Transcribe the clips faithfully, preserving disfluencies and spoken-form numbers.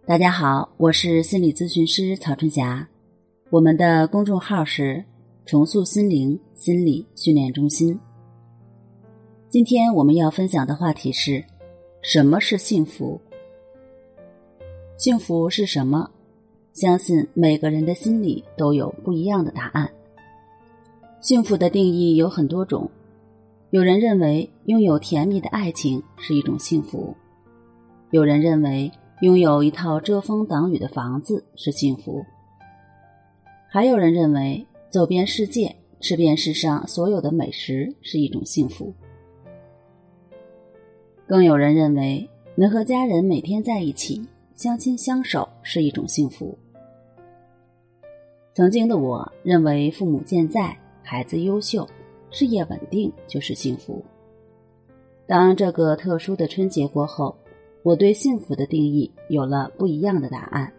大家好，我是心理咨询师曹春霞，我们的公众号是重塑心灵心理训练中心。今天我们要分享的话题是：什么是幸福？幸福是什么？相信每个人的心里都有不一样的答案。幸福的定义有很多种，有人认为拥有甜蜜的爱情是一种幸福，有人认为拥有一套遮风挡雨的房子是幸福，还有人认为走遍世界，吃遍世上所有的美食是一种幸福，更有人认为能和家人每天在一起，相亲相守是一种幸福。曾经的我认为父母健在，孩子优秀，事业稳定就是幸福。当这个特殊的春节过后，我对幸福的定义有了不一样的答案。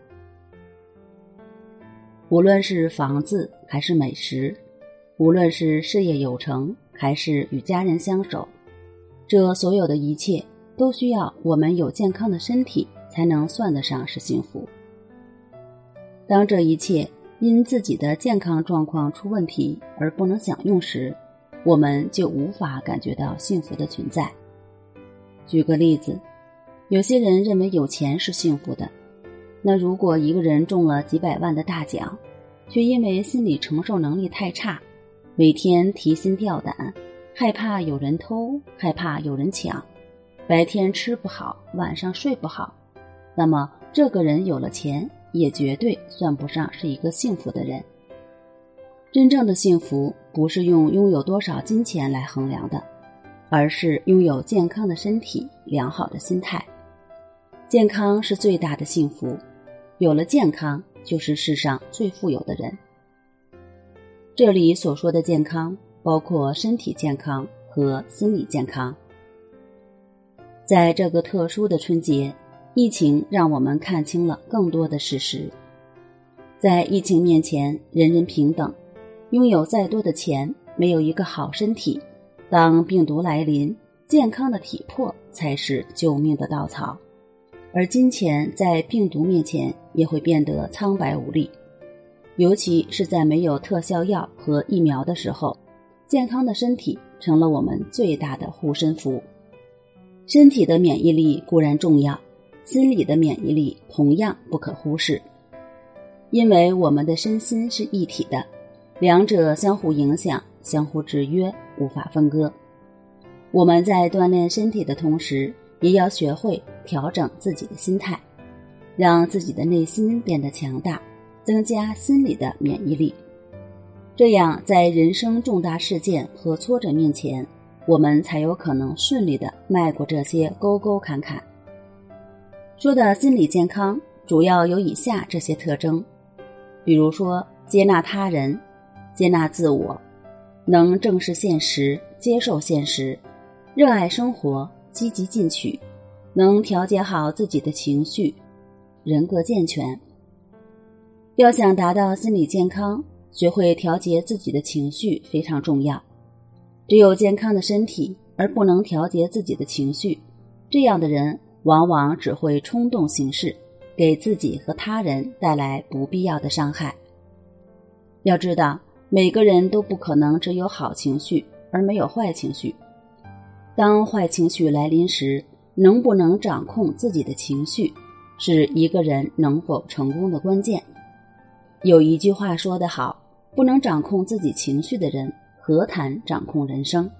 无论是房子还是美食，无论是事业有成还是与家人相守，这所有的一切都需要我们有健康的身体才能算得上是幸福。当这一切因自己的健康状况出问题而不能享用时，我们就无法感觉到幸福的存在。举个例子，有些人认为有钱是幸福的，那如果一个人中了几百万的大奖，却因为心理承受能力太差，每天提心吊胆，害怕有人偷，害怕有人抢，白天吃不好，晚上睡不好，那么这个人有了钱，也绝对算不上是一个幸福的人。真正的幸福不是用拥有多少金钱来衡量的，而是拥有健康的身体，良好的心态。健康是最大的幸福，有了健康，就是世上最富有的人。这里所说的健康，包括身体健康和心理健康。在这个特殊的春节，疫情让我们看清了更多的事实。在疫情面前，人人平等，拥有再多的钱，没有一个好身体，当病毒来临，健康的体魄才是救命的稻草。而金钱在病毒面前也会变得苍白无力，尤其是在没有特效药和疫苗的时候，健康的身体成了我们最大的护身符。身体的免疫力固然重要，心理的免疫力同样不可忽视，因为我们的身心是一体的，两者相互影响，相互制约，无法分割。我们在锻炼身体的同时，也要学会调整自己的心态，让自己的内心变得强大，增加心理的免疫力。这样在人生重大事件和挫折面前，我们才有可能顺利地迈过这些沟沟坎坎。说的心理健康主要有以下这些特征，比如说接纳他人，接纳自我，能正视现实，接受现实，热爱生活，积极进取，能调节好自己的情绪，人格健全。要想达到心理健康，学会调节自己的情绪非常重要。只有健康的身体而不能调节自己的情绪，这样的人往往只会冲动行事，给自己和他人带来不必要的伤害。要知道，每个人都不可能只有好情绪而没有坏情绪。当坏情绪来临时，能不能掌控自己的情绪，是一个人能否成功的关键。有一句话说得好，不能掌控自己情绪的人，何谈掌控人生？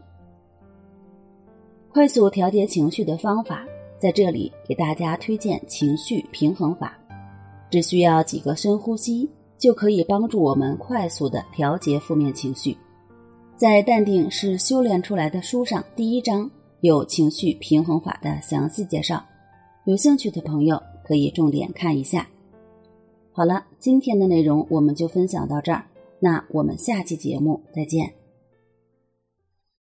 快速调节情绪的方法，在这里给大家推荐情绪平衡法。只需要几个深呼吸，就可以帮助我们快速地调节负面情绪。在《淡定是修炼出来的》书上，第一章有情绪平衡法的详细介绍，有兴趣的朋友可以重点看一下。好了，今天的内容我们就分享到这儿，那我们下期节目再见。